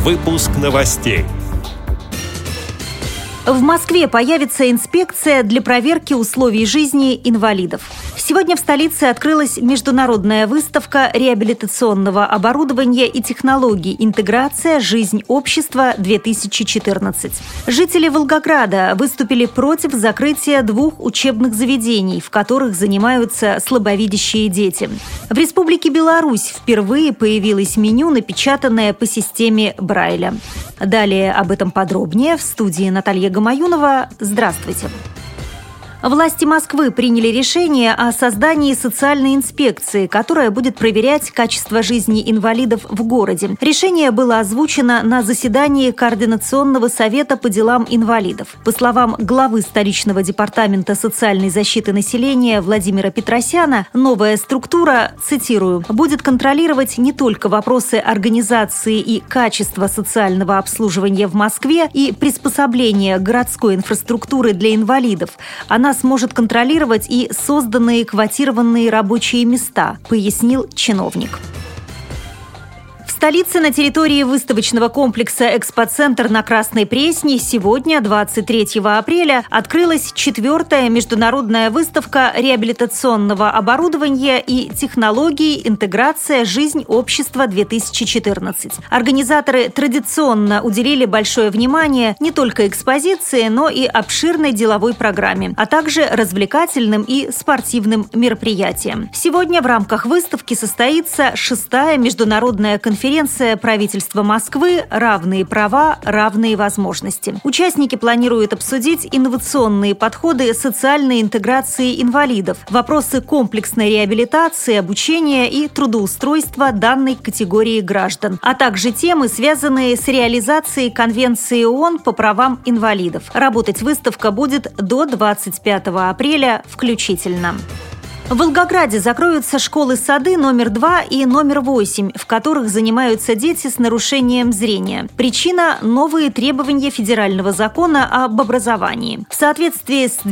Выпуск новостей. В Москве появится инспекция для проверки условий жизни инвалидов. Сегодня в столице открылась международная выставка реабилитационного оборудования и технологий «Интеграция. Жизнь общества-2014». Жители Волгограда выступили против закрытия 2 учебных заведений, в которых занимаются слабовидящие дети. В Республике Беларусь впервые появилось меню, напечатанное по системе Брайля. Далее об этом подробнее в студии Наталья Гамаюнова. Здравствуйте. Власти Москвы приняли решение о создании социальной инспекции, которая будет проверять качество жизни инвалидов в городе. Решение было озвучено на заседании Координационного совета по делам инвалидов. По словам главы столичного департамента социальной защиты населения Владимира Петросяна, новая структура, цитирую, будет контролировать не только вопросы организации и качества социального обслуживания в Москве и приспособления городской инфраструктуры для инвалидов. Она сможет контролировать и созданные квотированные рабочие места, пояснил чиновник. В столице на территории выставочного комплекса «Экспоцентр» на Красной Пресне сегодня, 23 апреля, открылась 4-я международная выставка реабилитационного оборудования и технологий «Интеграция. Жизнь общества-2014». Организаторы традиционно уделили большое внимание не только экспозиции, но и обширной деловой программе, а также развлекательным и спортивным мероприятиям. Сегодня в рамках выставки состоится 6-я международная конференция правительства Москвы «Равные права, равные возможности». Участники планируют обсудить инновационные подходы социальной интеграции инвалидов, вопросы комплексной реабилитации, обучения и трудоустройства данной категории граждан, а также темы, связанные с реализацией Конвенции ООН по правам инвалидов. Работать выставка будет до 25 апреля включительно. В Волгограде закроются школы-сады номер 2 и номер 8, в которых занимаются дети с нарушением зрения. Причина – новые требования федерального закона об образовании. В соответствии с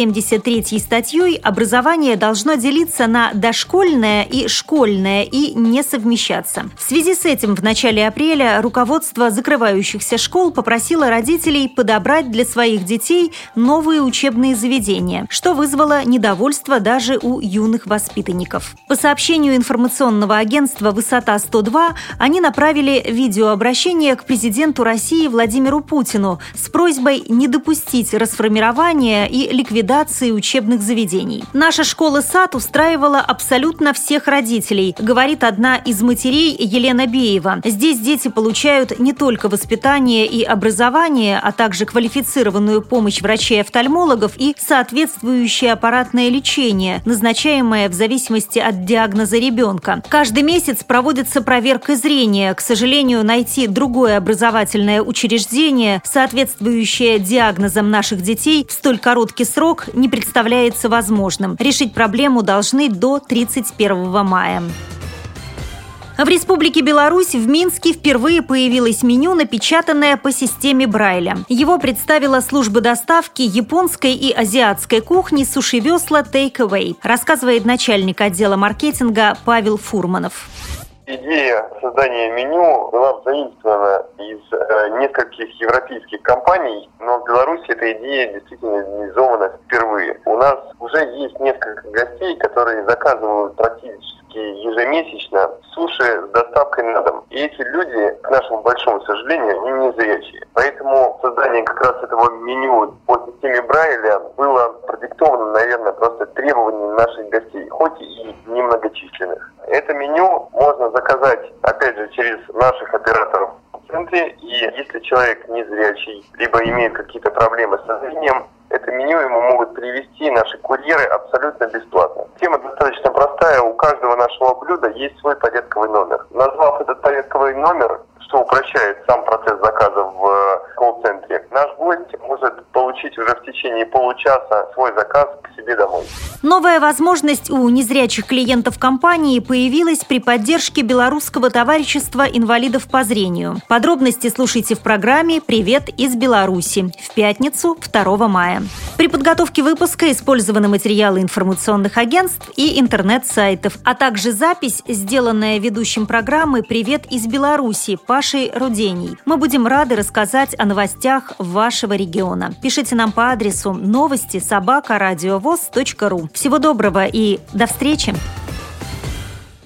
273 статьей образование должно делиться на дошкольное и школьное и не совмещаться. В связи с этим в начале апреля руководство закрывающихся школ попросило родителей подобрать для своих детей новые учебные заведения, что вызвало недовольство даже у юных воспитанников. По сообщению информационного агентства «Высота-102», они направили видеообращение к президенту России Владимиру Путину с просьбой не допустить расформирования и ликвидации учебных заведений. «Наша школа-сад устраивала абсолютно всех родителей», говорит одна из матерей Елена Беева. «Здесь дети получают не только воспитание и образование, а также квалифицированную помощь врачей-офтальмологов и соответствующее аппаратное лечение, назначаемое в зависимости от диагноза ребенка. Каждый месяц проводится проверка зрения. К сожалению, найти другое образовательное учреждение, соответствующее диагнозам наших детей, в столь короткий срок не представляется возможным. Решить проблему должны до 31 мая. В Республике Беларусь в Минске впервые появилось меню, напечатанное по системе Брайля. Его представила служба доставки японской и азиатской кухни «Суши-весла Take Away», рассказывает начальник отдела маркетинга Павел Фурманов. Идея создания меню была заимствована из нескольких европейских компаний, но в Беларуси эта идея действительно реализована впервые. У нас уже есть несколько гостей, которые заказывают практически ежемесячно суши с доставкой на дом. И эти люди, к нашему большому сожалению, они не зрячие. Поэтому создание как раз этого меню по системе Брайля было продиктовано, наверное, просто требованием наших гостей, хоть и немногочисленных. Это меню можно заказать, опять же, через наших операторов в центре. И если человек незрячий, либо имеет какие-то проблемы со зрением, это меню ему могут привезти наши курьеры абсолютно бесплатно. Тема достаточно простая. У каждого нашего блюда есть свой порядковый номер. Назвав этот порядковый номер, что упрощает сам процесс заказа в колл-центре, наш гость может получить уже в течение получаса свой заказ к себе домой. домой. Новая возможность у незрячих клиентов компании появилась при поддержке Белорусского товарищества инвалидов по зрению. Подробности слушайте в программе «Привет из Беларуси» в пятницу 2 мая. При подготовке выпуска использованы материалы информационных агентств и интернет-сайтов, а также запись, сделанная ведущим программы «Привет из Беларуси» Пашей Руденей. Мы будем рады рассказать о новостях вашего региона. Пишите нам по адресу новости@радиовоз.ру. Всего доброго и до встречи!